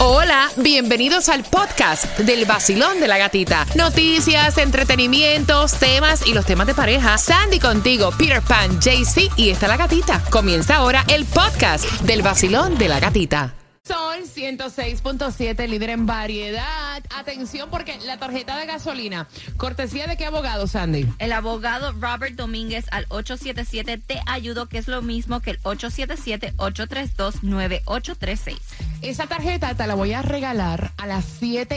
Hola, bienvenidos al podcast del Vacilón de la Gatita. Noticias, entretenimientos, temas y los temas de pareja. Sandy contigo, Peter Pan, JC y está la gatita. Comienza ahora el podcast del Vacilón de la Gatita. Sol 106.7, líder en variedad. Atención porque la tarjeta de gasolina, ¿cortesía de qué abogado, Sandy? El abogado Robert Domínguez al 877 Te Ayudo, que es lo mismo que el 877-832-9836. Esa tarjeta te la voy a regalar a las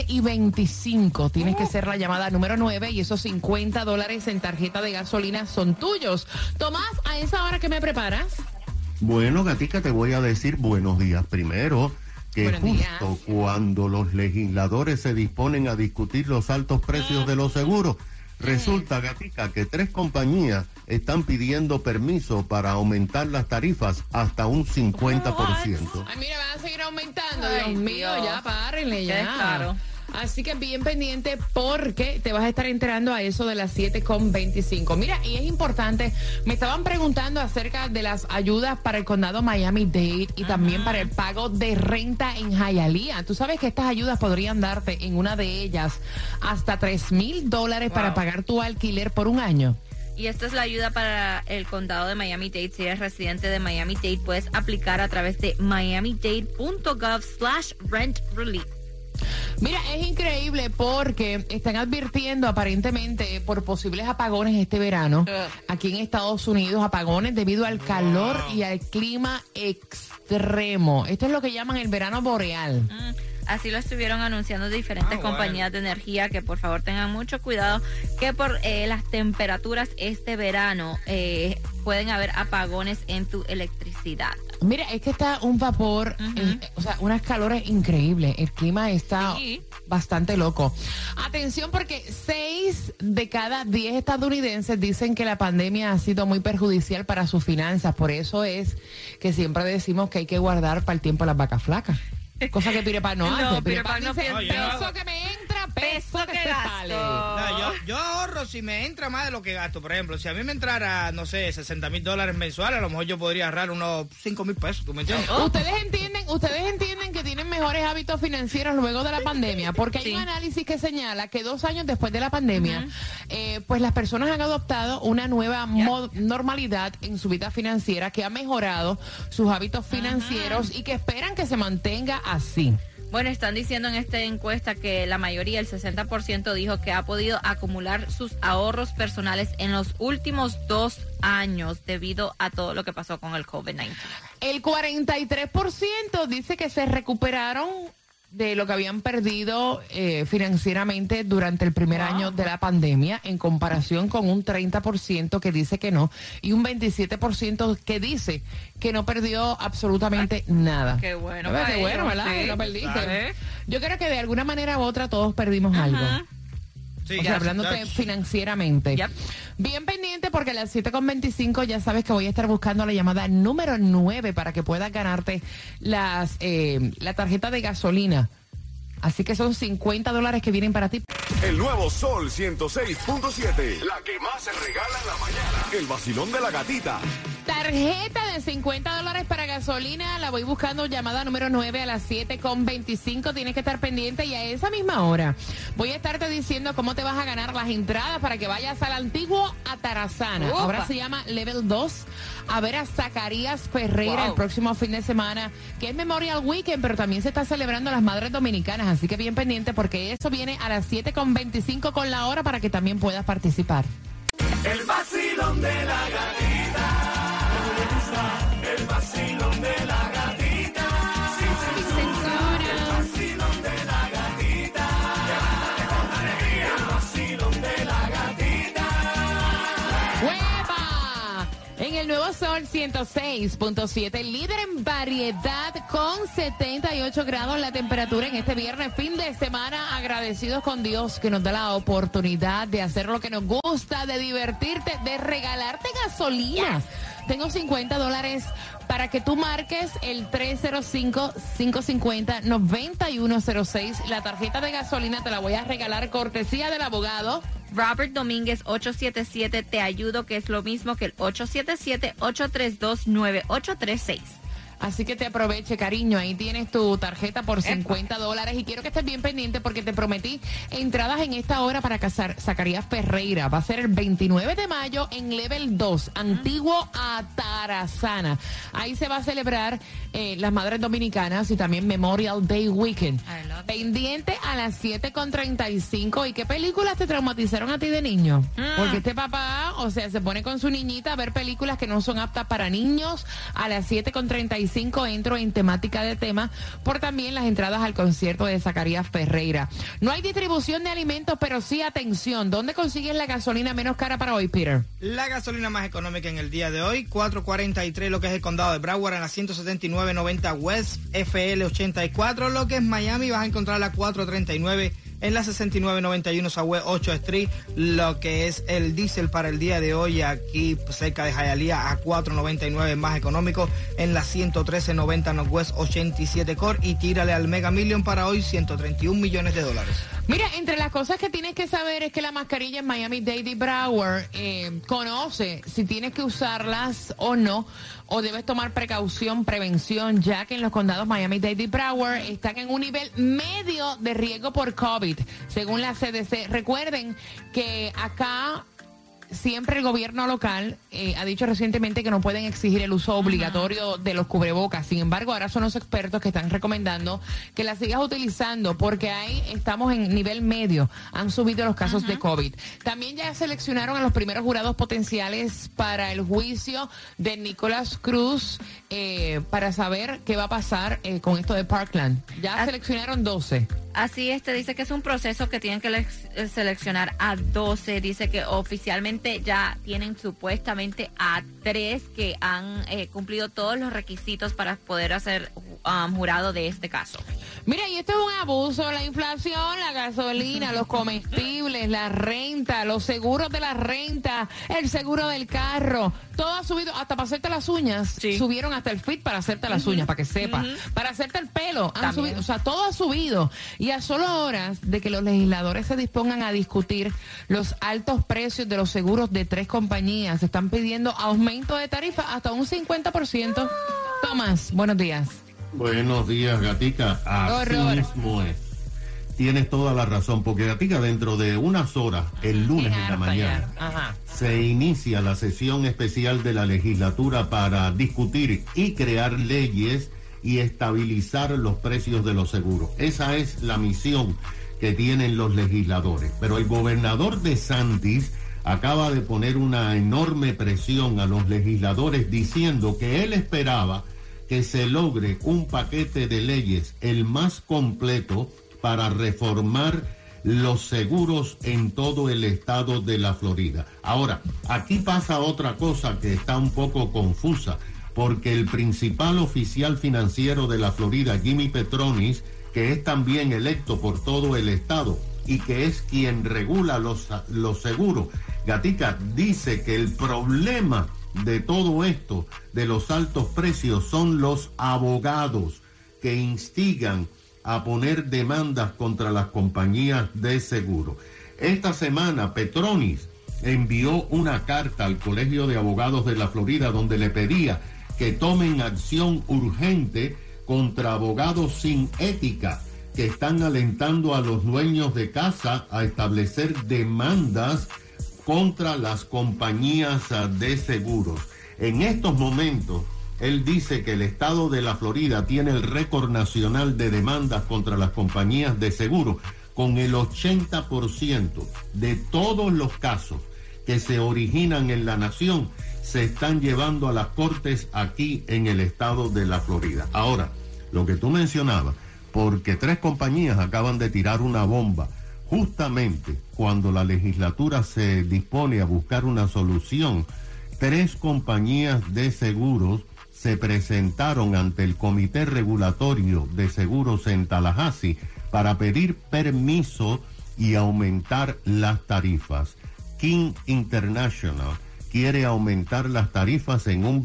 7:25. Tienes que ser la llamada número 9 y esos $50 en tarjeta de gasolina son tuyos. Tomás, ¿a esa hora qué me preparas? Bueno, gatica, te voy a decir buenos días primero, que Buenos justo días. cuando los legisladores se disponen a discutir los altos precios de los seguros, resulta, gatica, que 3 compañías están pidiendo permiso para aumentar las tarifas hasta un 50%. Ay, mira, van a seguir aumentando. Ay, Dios mío, Dios. ya párenle ya. Qué caro. Así que bien pendiente porque te vas a estar enterando a eso de las 7:25. Mira, y es importante, me estaban preguntando acerca de las ayudas para el condado Miami-Dade y también para el pago de renta en Hialeah. Tú sabes que estas ayudas podrían darte en una de ellas hasta $3,000 para pagar tu alquiler por un año. Y esta es la ayuda para el condado de Miami-Dade. Si eres residente de Miami-Dade, puedes aplicar a través de miamidade.gov/rent relief. Mira, es increíble porque están advirtiendo aparentemente por posibles apagones este verano aquí en Estados Unidos, apagones debido al calor y al clima extremo. Esto es lo que llaman el verano boreal. Así lo estuvieron anunciando diferentes compañías de energía, que por favor tengan mucho cuidado, que por las temperaturas este verano pueden haber apagones en tu electricidad. Mira, es que está un vapor, o sea, unas calores increíbles. El clima está bastante loco. Atención porque 6 de cada 10 estadounidenses dicen que la pandemia ha sido muy perjudicial para sus finanzas. Por eso es que siempre decimos que hay que guardar para el tiempo las vacas flacas. Cosa que Peter Pan no hace. Peter Pan no dice, piensa. peso que me entra, peso que se sale. No, yo ahorro si me entra más de lo que gasto. Por ejemplo, si a mí me entrara, no sé, $60,000 mensuales, a lo mejor yo podría ahorrar unos $5,000, ¿tú me entiendes? Ustedes entienden que tienen mejores hábitos financieros luego de la pandemia, porque hay un análisis que señala que 2 años después de la pandemia, pues las personas han adoptado una nueva normalidad en su vida financiera que ha mejorado sus hábitos financieros y que esperan que se mantenga así. Bueno, están diciendo en esta encuesta que la mayoría, el 60%, dijo que ha podido acumular sus ahorros personales en los últimos 2 años debido a todo lo que pasó con el COVID-19. El 43% dice que se recuperaron de lo que habían perdido financieramente durante el primer año de la pandemia, en comparación con un 30% que dice que no, y un 27% que dice que no perdió absolutamente nada. Qué bueno. Qué bueno, ¿verdad? Sí. No perdiste. ¿Sabes? Yo creo que de alguna manera u otra todos perdimos algo. Sí, O sea, hablándote financieramente. Yep. Bien pendiente porque a las 7:25 ya sabes que voy a estar buscando la llamada número 9 para que puedas ganarte la tarjeta de gasolina. Así que son $50 que vienen para ti. El nuevo Sol 106.7. La que más se regala en la mañana. El vacilón de la gatita. Tarjeta de $50 para gasolina. La voy buscando, llamada número 9 a las 7:25. Tienes que estar pendiente y a esa misma hora voy a estarte diciendo cómo te vas a ganar las entradas para que vayas al antiguo Atarazana. Upa. Ahora se llama Level 2. A ver a Zacarías Ferreira el próximo fin de semana, que es Memorial Weekend, pero también se está celebrando las Madres Dominicanas. Así que bien pendiente porque eso viene a las 7:25 con la hora para que también puedas participar. El vacilón de la gatita. El vacilón de la gatita. Sí, el vacilón de la gatita. Con alegría. El vacilón de la gatita. ¡Hueva! En el nuevo Sol 106.7, líder en variedad con 78 grados la temperatura en este viernes, fin de semana. Agradecidos con Dios que nos da la oportunidad de hacer lo que nos gusta, de divertirte, de regalarte gasolina. Tengo $50 para que tú marques el 305-550-9106. La tarjeta de gasolina te la voy a regalar cortesía del abogado Robert Domínguez, 877 Te Ayudo, que es lo mismo que el 877-832-9836. Así que te aproveche, cariño. Ahí tienes tu tarjeta por $50. Y quiero que estés bien pendiente porque te prometí entradas en esta hora para Zacarías Ferreira. Va a ser el 29 de mayo en Level 2, Antiguo Atarazana. Ahí se va a celebrar las Madres Dominicanas y también Memorial Day Weekend. Pendiente a las 7:35. ¿Y qué películas te traumatizaron a ti de niño? Porque este papá, o sea, se pone con su niñita a ver películas que no son aptas para niños. A las 7:35 entro en temática de tema por también las entradas al concierto de Zacarías Ferreira. No hay distribución de alimentos, pero sí, atención, ¿dónde consigues la gasolina menos cara para hoy, Peter? La gasolina más económica en el día de hoy, 4.43, lo que es el condado de Broward, en la 179.90 West FL 84, lo que es Miami, vas a encontrar la 4.39 en la 6991 Southwest 8 Street, lo que es el diésel para el día de hoy aquí cerca de Hialeah a 4.99 más económico, en la 113.90 Northwest 87 Core, y tírale al Mega Million para hoy, $131 millones. Mira, entre las cosas que tienes que saber es que la mascarilla en Miami-Dade Broward conoce si tienes que usarlas o no, o debes tomar prevención, ya que en los condados Miami-Dade y Broward están en un nivel medio de riesgo por COVID, según la CDC. Recuerden que acá siempre el gobierno local ha dicho recientemente que no pueden exigir el uso obligatorio de los cubrebocas. Sin embargo, ahora son los expertos que están recomendando que las sigas utilizando porque ahí estamos en nivel medio. Han subido los casos de COVID. También ya seleccionaron a los primeros jurados potenciales para el juicio de Nicolás Cruz para saber qué va a pasar con esto de Parkland. Ya seleccionaron 12. Así es, te dice que es un proceso que tienen que seleccionar a 12. Dice que oficialmente ya tienen supuestamente a 3 que han cumplido todos los requisitos para poder hacer jurado de este caso. Mira, y esto es un abuso, la inflación, la gasolina, los comestibles, la renta, los seguros de la renta, el seguro del carro, todo ha subido, hasta para hacerte las uñas, subieron hasta el fit para hacerte las uñas, para que sepas, para hacerte el pelo, han subido, o sea, todo ha subido. Y a solo horas de que los legisladores se dispongan a discutir los altos precios de los seguros de 3 compañías, se están pidiendo aumento de tarifa hasta un 50%. Tomás, buenos días. Buenos días, Gatica. Así mismo es. Tienes toda la razón, porque Gatica, dentro de unas horas, el lunes en la mañana, se inicia la sesión especial de la legislatura para discutir y crear leyes y estabilizar los precios de los seguros. Esa es la misión que tienen los legisladores. Pero el gobernador DeSantis acaba de poner una enorme presión a los legisladores diciendo que él esperaba que se logre un paquete de leyes el más completo para reformar los seguros en todo el estado de la Florida. Ahora, aquí pasa otra cosa que está un poco confusa, porque el principal oficial financiero de la Florida, Jimmy Petronis, que es también electo por todo el estado y que es quien regula los seguros, Gatica, dice que el problema de todo esto, de los altos precios, son los abogados que instigan a poner demandas contra las compañías de seguro. Esta semana Petronis envió una carta al Colegio de Abogados de la Florida donde le pedía que tomen acción urgente contra abogados sin ética que están alentando a los dueños de casa a establecer demandas contra las compañías de seguros. En estos momentos, él dice que el estado de la Florida tiene el récord nacional de demandas contra las compañías de seguro, con el 80% de todos los casos que se originan en la nación se están llevando a las cortes aquí en el estado de la Florida. Ahora, lo que tú mencionabas, porque 3 compañías acaban de tirar una bomba justamente cuando la legislatura se dispone a buscar una solución. 3 compañías de seguros se presentaron ante el Comité Regulatorio de Seguros en Tallahassee para pedir permiso y aumentar las tarifas. King International quiere aumentar las tarifas en un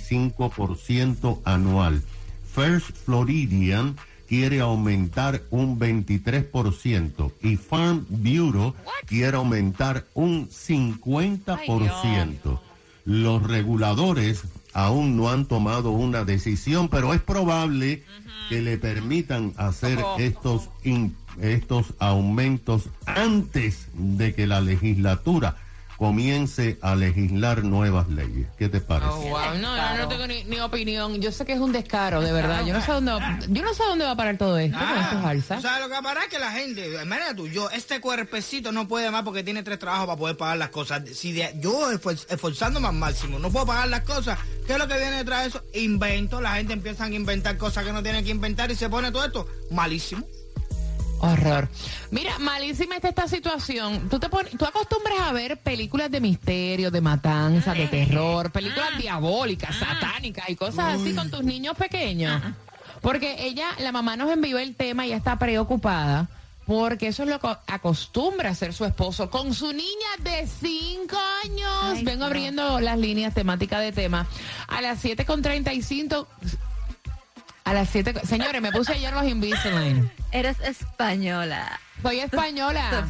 25% anual. First Floridian quiere aumentar un 23% y Farm Bureau quiere aumentar un 50%. Los reguladores aún no han tomado una decisión, pero es probable que le permitan hacer estos aumentos antes de que la legislatura comience a legislar nuevas leyes. ¿Qué te parece? Oh, wow. No tengo ni opinión. Yo sé que es un descaro, de verdad. Yo no sé dónde va a parar todo esto con estos alzas. O sea, lo que pasa es que la gente, imagínate tú, este cuerpecito no puede más porque tiene 3 trabajos para poder pagar las cosas. Si yo esforzándome al máximo no puedo pagar las cosas, ¿qué es lo que viene detrás de eso? Invento, la gente empieza a inventar cosas que no tienen que inventar y se pone todo esto malísimo. Horror. Mira, malísima está esta situación. Tú acostumbras a ver películas de misterio, de matanza, de terror, películas diabólicas, satánicas y cosas así con tus niños pequeños. Porque la mamá nos envió el tema y ya está preocupada porque eso es lo que acostumbra hacer su esposo con su niña de 5 años. Vengo abriendo las líneas temáticas de tema. A las 7:35... A las 7... Señores, me puse ayer los Invisalign. Eres española. Soy española.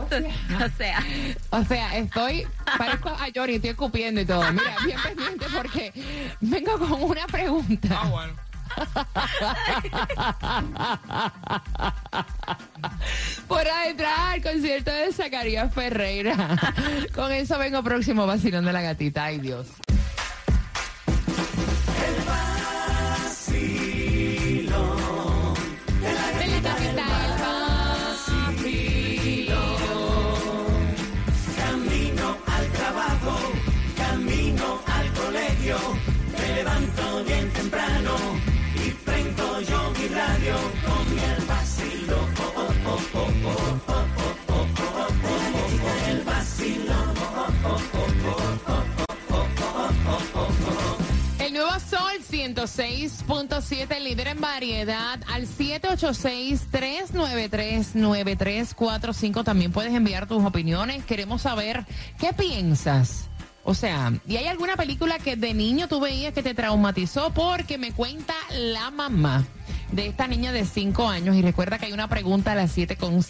O sea, parezco a Johnny, estoy escupiendo y todo. Mira, bien pendiente porque vengo con una pregunta. Bueno. Por entrar al concierto de Zacarías Ferreira. Con eso vengo próximo, vacilón de la gatita. Ay, Dios. Me levanto bien temprano y prendo yo mi radio con el vacilo. El vacilo. El nuevo Sol 106.7, líder en variedad, al 786-393-9345. También puedes enviar tus opiniones. Queremos saber qué piensas. O sea, ¿y hay alguna película que de niño tú veías que te traumatizó? Porque me cuenta la mamá de esta niña de 5 años, y recuerda que hay una pregunta a las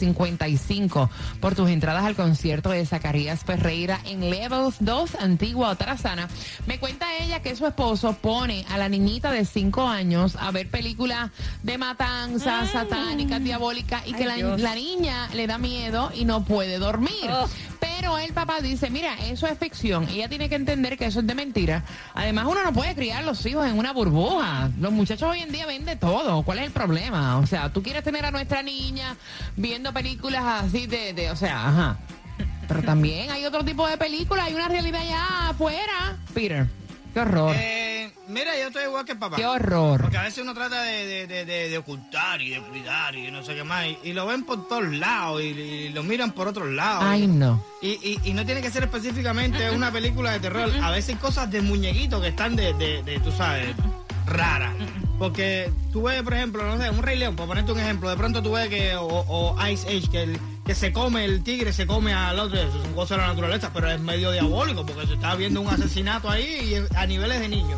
7:55 por tus entradas al concierto de Zacarías Ferreira en Levels 2, Antigua o Tarazana. Me cuenta ella que su esposo pone a la niñita de 5 años a ver películas de matanzas, satánicas, diabólicas, y que la niña le da miedo y no puede dormir. Pero el papá dice, mira, eso es ficción. Ella tiene que entender que eso es de mentira. Además, uno no puede criar los hijos en una burbuja. Los muchachos hoy en día ven de todo. ¿Cuál es el problema? O sea, tú quieres tener a nuestra niña viendo películas así o sea, ajá. Pero también hay otro tipo de películas. Hay una realidad allá afuera. Peter, qué horror. Mira, yo estoy igual que el papá. Qué horror. Porque a veces uno trata de ocultar y de cuidar y no sé qué más. Y lo ven por todos lados y lo miran por otros lados. Ay, no. Y no tiene que ser específicamente una película de terror. A veces hay cosas de muñequitos que están tú sabes, raras. Porque tú ves, por ejemplo, no sé, un Rey León, por ponerte un ejemplo, de pronto tú ves o Ice Age, que se come el tigre, se come al otro, eso es un gozo de la naturaleza, pero es medio diabólico porque se está viendo un asesinato ahí y a niveles de niños.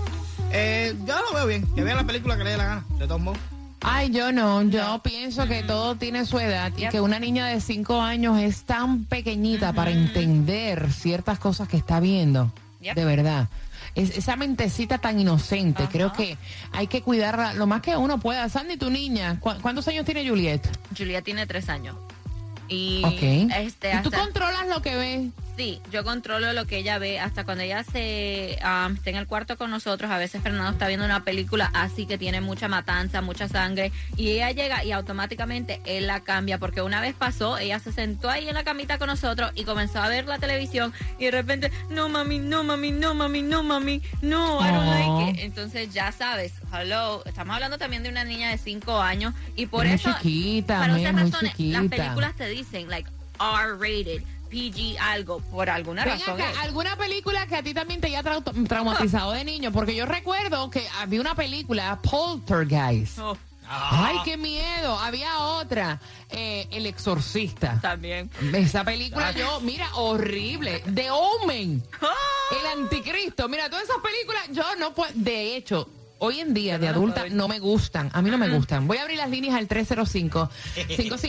Yo lo veo bien, que vea la película que le dé la gana, de todos modos. Ay, yo no, yo pienso que todo tiene su edad y que una niña de 5 años es tan pequeñita para entender ciertas cosas que está viendo, de verdad. Esa mentecita tan inocente, creo que hay que cuidarla lo más que uno pueda. Sandy, tu niña, ¿cuántos años tiene Juliet? Juliet tiene 3 años. Y ¿Y tú controlas lo que ves? Sí, yo controlo lo que ella ve. Hasta cuando ella está en el cuarto con nosotros, a veces Fernando está viendo una película así que tiene mucha matanza, mucha sangre, y ella llega y automáticamente él la cambia, porque una vez pasó, ella se sentó ahí en la camita con nosotros y comenzó a ver la televisión y de repente, no mami, no mami, no mami, no mami, no, I don't like it. Entonces ya sabes, hello, estamos hablando también de una niña de 5 años y por muy eso, chiquita, para otras razones, chiquita. las películas te dicen, like, R-rated, PG algo, por alguna razón. ¿Alguna película que a ti también te haya traumatizado de niño? Porque yo recuerdo que había una película, Poltergeist. Ay, qué miedo. Había otra, El Exorcista. También. Esa película mira, horrible. The Omen. El Anticristo. Mira, todas esas películas yo no puedo. De hecho, hoy en día de adulta no me gustan. A mí no me gustan. Voy a abrir las líneas al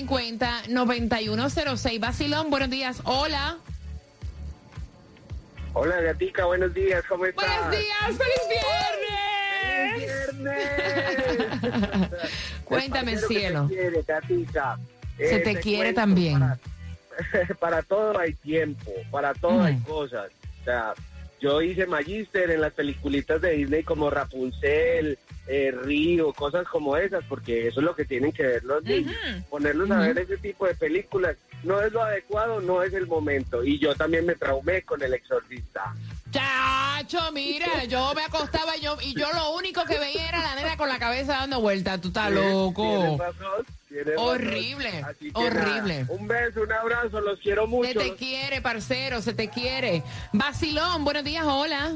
305-550-9106. Vacilón, buenos días. Hola. Hola, gatica, buenos días, ¿cómo estás? ¡Buenos días! ¡Feliz viernes! Cuéntame, cielo. Se te quiere, gatica. Se te quiere también. Para todo hay tiempo, para todo hay cosas. O sea, yo hice magíster en las peliculitas de Disney como Rapunzel, Río, cosas como esas, porque eso es lo que tienen que ver los niños. Ponerlos a ver ese tipo de películas no es lo adecuado, no es el momento. Y yo también me traumé con El Exorcista. Chacho, mira, yo me acostaba y yo lo único que veía era la nena con la cabeza dando vueltas. Tú estás loco. Tienes Horrible, razón. Así que horrible. Nada, un beso, un abrazo, los quiero mucho. Se te quiere, parcero, se te quiere. Vacilón, buenos días, hola.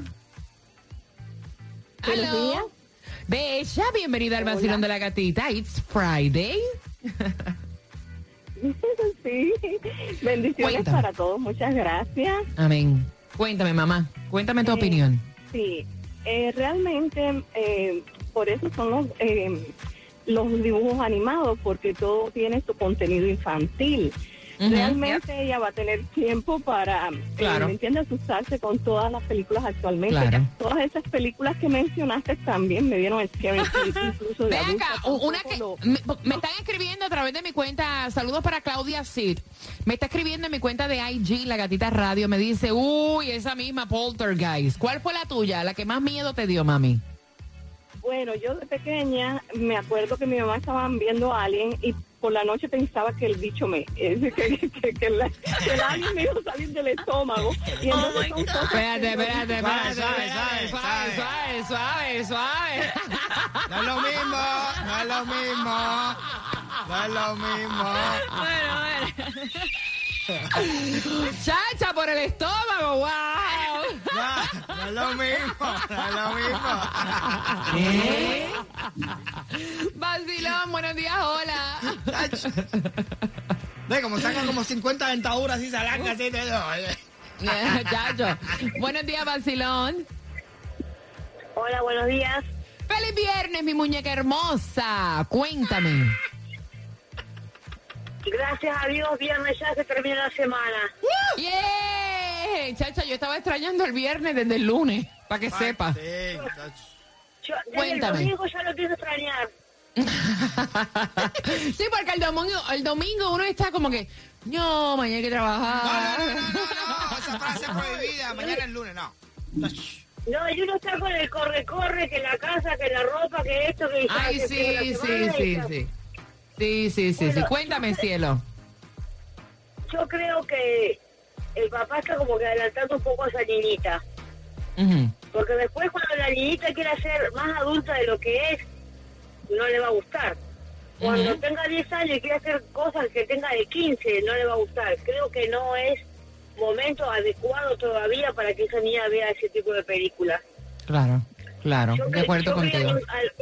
Buenos días. Bella, bienvenida al Vacilón de la Gatita. It's Friday. Sí, bendiciones Cuéntame. para todos, muchas gracias. Amén. Cuéntame, mamá, cuéntame tu opinión. Sí, realmente por eso son los dibujos animados, porque todo tiene su contenido infantil. Realmente ella va a tener tiempo para, Claro. ¿me entiendes?, asustarse con todas las películas actualmente. Claro. Todas esas películas que mencionaste también me dieron el scary incluso de Ve adulta, acá, tampoco una que lo- me están escribiendo a través de mi cuenta. Saludos para Claudia Cid. Me está escribiendo en mi cuenta de IG, La Gatita Radio. Me dice, uy, esa misma Poltergeist. ¿Cuál fue la tuya? La que más miedo te dio, mami. Bueno, yo de pequeña me acuerdo que mi mamá estaba viendo a Alien y por la noche pensaba que el bicho que el alien me iba a salir del estómago. Y entonces son cosas Espérate. Suave. No es lo mismo, no es lo mismo, no es lo mismo. Chacha, por el estómago, wow. No es lo mismo, no es lo mismo. Vacilón, buenos días, hola. Ve, como sacan como 50 dentaduras así, se arranca así. Chacho. Buenos días, Vacilón. Hola, buenos días. ¡Feliz viernes, mi muñeca hermosa! Cuéntame. Gracias a Dios, viernes ya se termina la semana. ¡Yeah! Chacha, yo estaba extrañando el viernes desde el lunes, para que sepa. Sí, chacho. Yo desde Cuéntame. el domingo ya lo empiezo a extrañar. Sí, porque el domingo uno está como que, no, mañana hay que trabajar. No, esa frase es prohibida. Mañana es lunes, no. No, y uno está con el corre, que la casa, que la ropa, que esto, que ya Ay, se empieza la semana y ya. Sí. Bueno, Cuéntame, cielo. Yo creo que el papá está como que adelantando un poco a esa niñita. Ujú. Porque después cuando la niñita quiera ser más adulta de lo que es, no le va a gustar. Cuando tenga 10 años y quiera hacer cosas que tenga de 15, no le va a gustar. Creo que no es momento adecuado todavía para que esa niña vea ese tipo de películas. Claro, Yo de acuerdo contigo.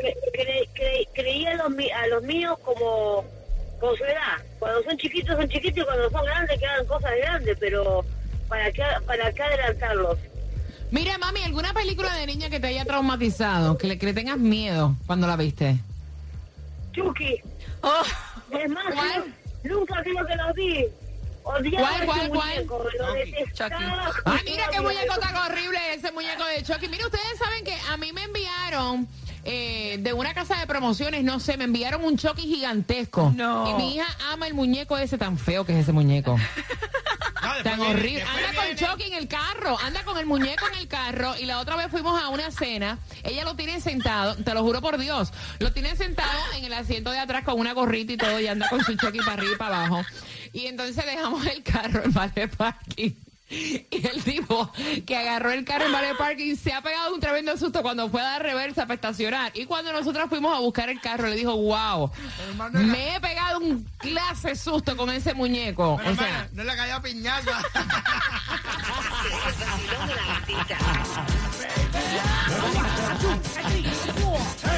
Creía a los míos como con su edad. Cuando son chiquitos y cuando son grandes que hagan cosas grandes, pero ¿para qué adelantarlos? Mira, mami, ¿alguna película de niña que te haya traumatizado? Que le tengas miedo cuando la viste. Chucky. Es más, ¿Cuál? nunca creo que los vi. Odiaba ese ¿Cuál? muñeco, lo detestaba. Ah, mira qué muñeco tan horrible ese muñeco de Chucky. Mira, ustedes saben que a mí me enviaron de una casa de promociones, no sé, me enviaron un Chucky gigantesco. No. Y mi hija ama el muñeco ese tan feo que es ese muñeco. Tan horrible. Anda con Chucky en el carro, anda con el muñeco en el carro. Y la otra vez fuimos a una cena. Ella lo tiene sentado, te lo juro por Dios. Lo tiene sentado en el asiento de atrás con una gorrita y todo. Y anda con su Chucky para arriba y para abajo. Y entonces dejamos el carro en Vale Parking. Y el tipo que agarró el carro en Vale Parking se ha pegado un tremendo susto cuando fue a dar reversa para estacionar. Y cuando nosotros fuimos a buscar el carro, le dijo, wow, me he pegado un clase susto con ese muñeco. Pero, O sea, no le cayó piñaza.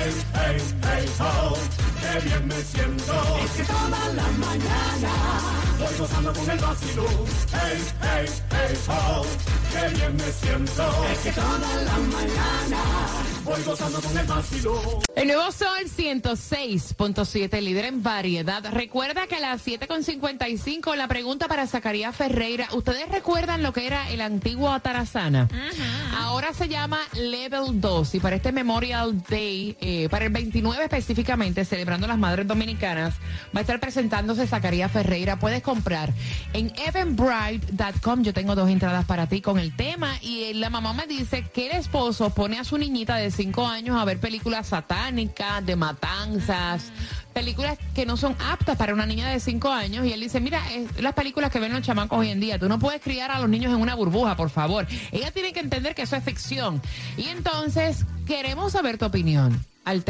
Hey, ho, qué bien me siento. Es que toda la mañana voy gozando con el vacilón. Hey, hey, hey, oh, qué bien me siento. Es que toda la mañana voy gozando con el vacilón. El nuevo Sol 106.7, líder en variedad. Recuerda que a las 7:55 la pregunta para Zacarías Ferreira. ¿Ustedes recuerdan lo que era el antiguo Tarazana? Ahora se llama Level 2 y para este Memorial Day, para el 29 específicamente, celebrando las Madres Dominicanas, va a estar presentándose Zacarías Ferreira. Puedes comprar en eventbrite.com. Yo tengo 2 entradas para ti con el tema y la mamá me dice que el esposo pone a su niñita de 5 años a ver películas satánicas, de matanzas, películas que no son aptas para una niña de 5 años y él dice, mira, es las películas que ven los chamacos hoy en día, tú no puedes criar a los niños en una burbuja, por favor. Ella tiene que entender que eso es ficción y entonces queremos saber tu opinión. Al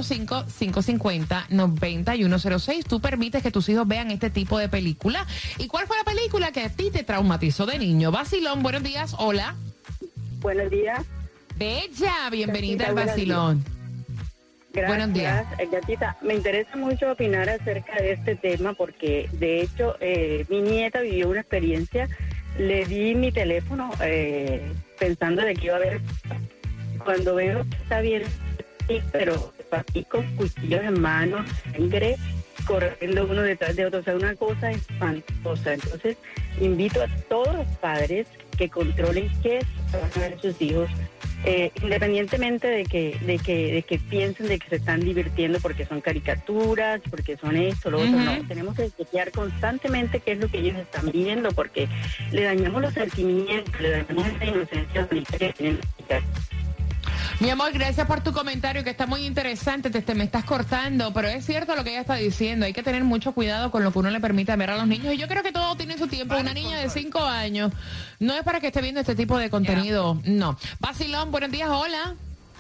305-550-9106. ¿Tú permites que tus hijos vean este tipo de película? ¿Y cuál fue la película que a ti te traumatizó de niño? Vacilón, buenos días, hola. Buenos días. Bella, bienvenida al Buenos Vacilón. Gracias, Buenos días. Gatita. Me interesa mucho opinar acerca de este tema porque, de hecho, mi nieta vivió una experiencia. Le di mi teléfono pensando de que iba a ver. Cuando veo que está bien, sí, pero aquí con cuchillos en mano, sangre, corriendo uno detrás de otro. O sea, una cosa espantosa. Entonces, invito a todos los padres que controlen qué van a ver sus hijos. Independientemente de que piensen de que se están divirtiendo porque son caricaturas, porque son esto, lo otro, no. Tenemos que chequear constantemente qué es lo que ellos están viendo porque le dañamos los sentimientos, le dañamos esa inocencia que tienen. Mi amor, gracias por tu comentario que está muy interesante, me estás cortando, pero es cierto lo que ella está diciendo, hay que tener mucho cuidado con lo que uno le permite ver a los niños y yo creo que todo tiene su tiempo. Una niña de 5 años no es para que esté viendo este tipo de contenido, no. Vacilón, buenos días, hola.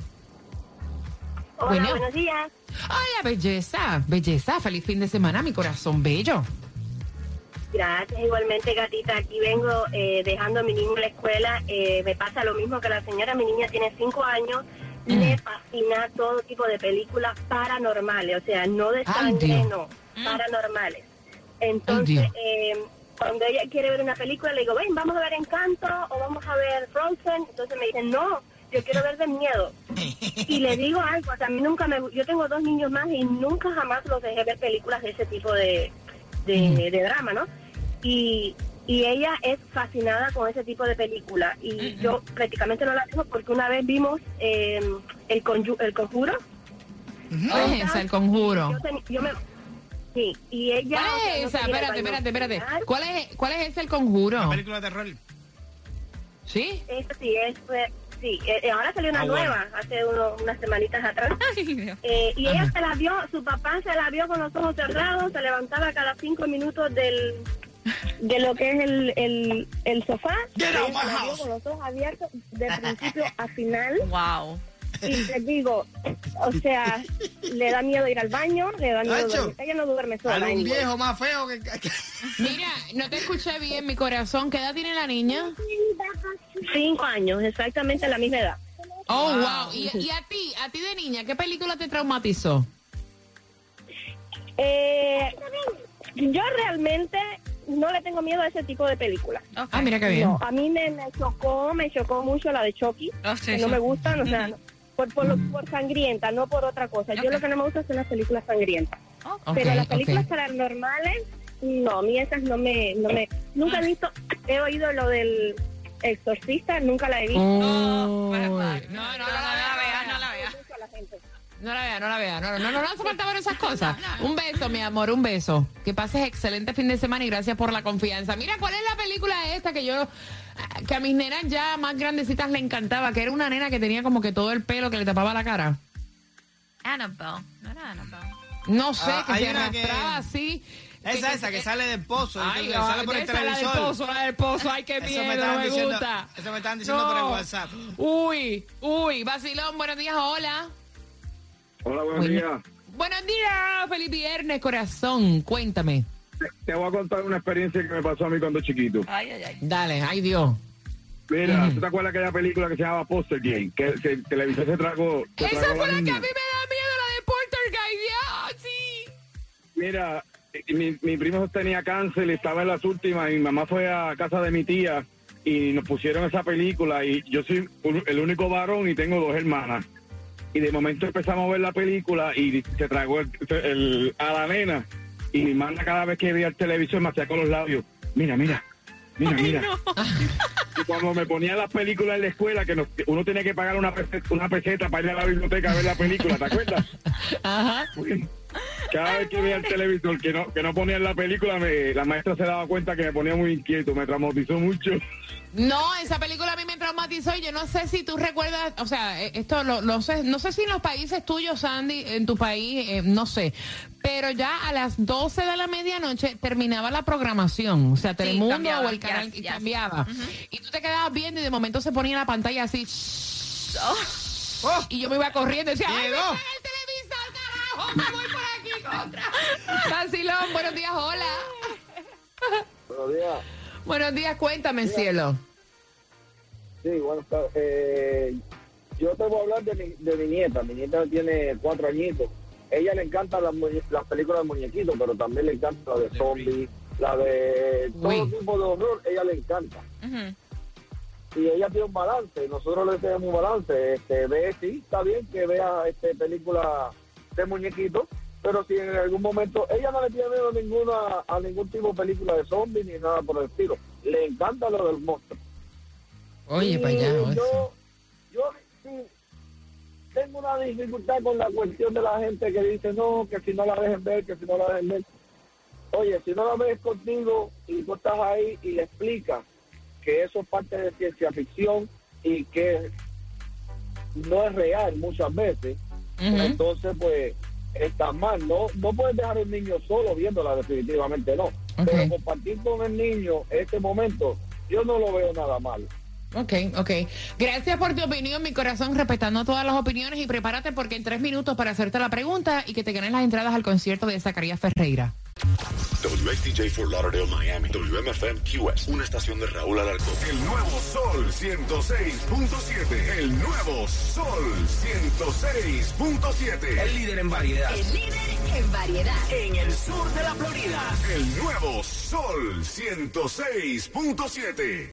Hola, Bueno. buenos días. Hola, belleza, feliz fin de semana, mi corazón bello. Gracias, igualmente, gatita. Aquí vengo dejando a mi niño en la escuela. Me pasa lo mismo que la señora. Mi niña tiene 5 años. Le fascina todo tipo de películas paranormales. O sea, no de sangre, no. Paranormales. Entonces, cuando ella quiere ver una película, le digo, ven, vamos a ver Encanto o vamos a ver Frozen. Entonces me dicen, no, yo quiero ver de miedo. Y le digo algo, o sea, a mí nunca yo tengo 2 niños más y nunca jamás los dejé ver películas de ese tipo de drama, ¿no? Y ella es fascinada con ese tipo de película y yo prácticamente no la dejo porque una vez vimos el Conjuro. ¿Cuál es esa, el Conjuro? Sí, y ella... ¿Cuál es esa? Espérate. ¿Cuál es ese, el Conjuro? Una película de terror. ¿Sí? Esa sí es... Sí, ahora salió una nueva, hace unas semanitas atrás. Y ella se la vio, su papá se la vio con los ojos cerrados, se levantaba cada 5 minutos de lo que es el sofá. Get out my Se la vio house. con los ojos abiertos de principio a final. Wow. Y les digo, o sea, le da miedo ir al baño, le da miedo dormir. Ella no duerme sola. A un viejo más feo que... Mira, no te escuché bien, mi corazón. ¿Qué edad tiene la niña? 5 años, exactamente la misma edad. Oh, wow. ¿Y a ti de niña, qué película te traumatizó? Yo realmente no le tengo miedo a ese tipo de películas. Okay. Ah, mira qué bien. No, a mí me chocó mucho la de Chucky. Que no me gustan, o sea, por sangrienta, no por otra cosa. Yo lo que no me gusta son las películas sangrientas. Pero las películas paranormales, no, a mí esas no me... Nunca he visto, he oído lo del Exorcista, nunca la he visto. No la veas. No hace falta ver esas cosas. Un beso, mi amor, un beso. Que pases excelente fin de semana y gracias por la confianza. Mira, ¿cuál es la película esta que a mis nenas ya más grandecitas le encantaba? Que era una nena que tenía como que todo el pelo que le tapaba la cara. Annabelle. No era Annabelle. No sé, que hay se una arrastraba así. Esa que sale del pozo. Ay, que sale por el esa, la televisor. del pozo, ay, qué miedo, no me gusta. Eso me estaban diciendo por el WhatsApp. Uy, vacilón, buenos días, hola. Hola, buenos días. Buenos días, feliz viernes, corazón, cuéntame. Te voy a contar una experiencia que me pasó a mí cuando chiquito. Ay. Dale, ay Dios. Mira, ¿tú te acuerdas de aquella película que se llamaba Poster Game? Que el televisor se tragó. Esa fue la que a mí me niña. da miedo, la de Poltergeist, sí. Mira, mi primo tenía cáncer y estaba en las últimas, y mi mamá fue a casa de mi tía y nos pusieron esa película, y yo soy el único varón y tengo 2 hermanas. Y de momento empezamos a ver la película y se tragó a la nena, y mi hermana cada vez que veía el televisor me hacía con los labios, mira. No. Y cuando me ponían las películas en la escuela, que uno tenía que pagar una peseta para ir a la biblioteca a ver la película, ¿te acuerdas? Ajá. Cada vez que veía el televisor que no ponían la película, la maestra se daba cuenta que me ponía muy inquieto, me traumatizó mucho. No, esa película a mí me traumatizó y yo no sé si tú recuerdas, o sea, esto no sé si en los países tuyos, Sandy, en tu país, no sé, pero ya a las 12 de la medianoche terminaba la programación, o sea, Telemundo cambiaba, o el canal cambiaba. Y tú te quedabas viendo y de momento se ponía la pantalla así. Y yo me iba corriendo y decía, ¡ay, me apaga el televisor, carajo! ¡Me voy por aquí contra! Vacilón, buenos días, hola. Buenos días. Buenos días, cuéntame, cielo. Sí, bueno, yo te voy a hablar de mi nieta. Mi nieta tiene 4 añitos. Ella le encantan las películas de muñequitos, pero también le encanta la de zombies, la de todo tipo de horror, ella le encanta. Y ella tiene un balance, nosotros le tenemos un balance. Sí, está bien que vea película de muñequitos, pero si en algún momento ella no le tiene miedo a ningún tipo de película de zombies ni nada por el estilo, le encanta lo del monstruo. Oye, para allá. Yo sí tengo una dificultad con la cuestión de la gente que dice no, que si no la dejen ver, que si no la dejen ver. Oye, si no la ves contigo y tú estás ahí y le explicas que eso es parte de ciencia ficción y que no es real muchas veces, entonces pues está mal. No puedes dejar a un niño solo viéndola, definitivamente no. Pero compartir con el niño este momento, yo no lo veo nada mal. Ok. Gracias por tu opinión, mi corazón, respetando todas las opiniones, y prepárate porque en 3 minutos para hacerte la pregunta y que te ganes las entradas al concierto de Zacarías Ferreira. WXTJ Fort Lauderdale, Miami. WMFM QS. Una estación de Raúl Alarcón. El nuevo Sol 106.7. El nuevo Sol 106.7. El líder en variedad. El líder en variedad. En el sur de la Florida. El nuevo Sol 106.7.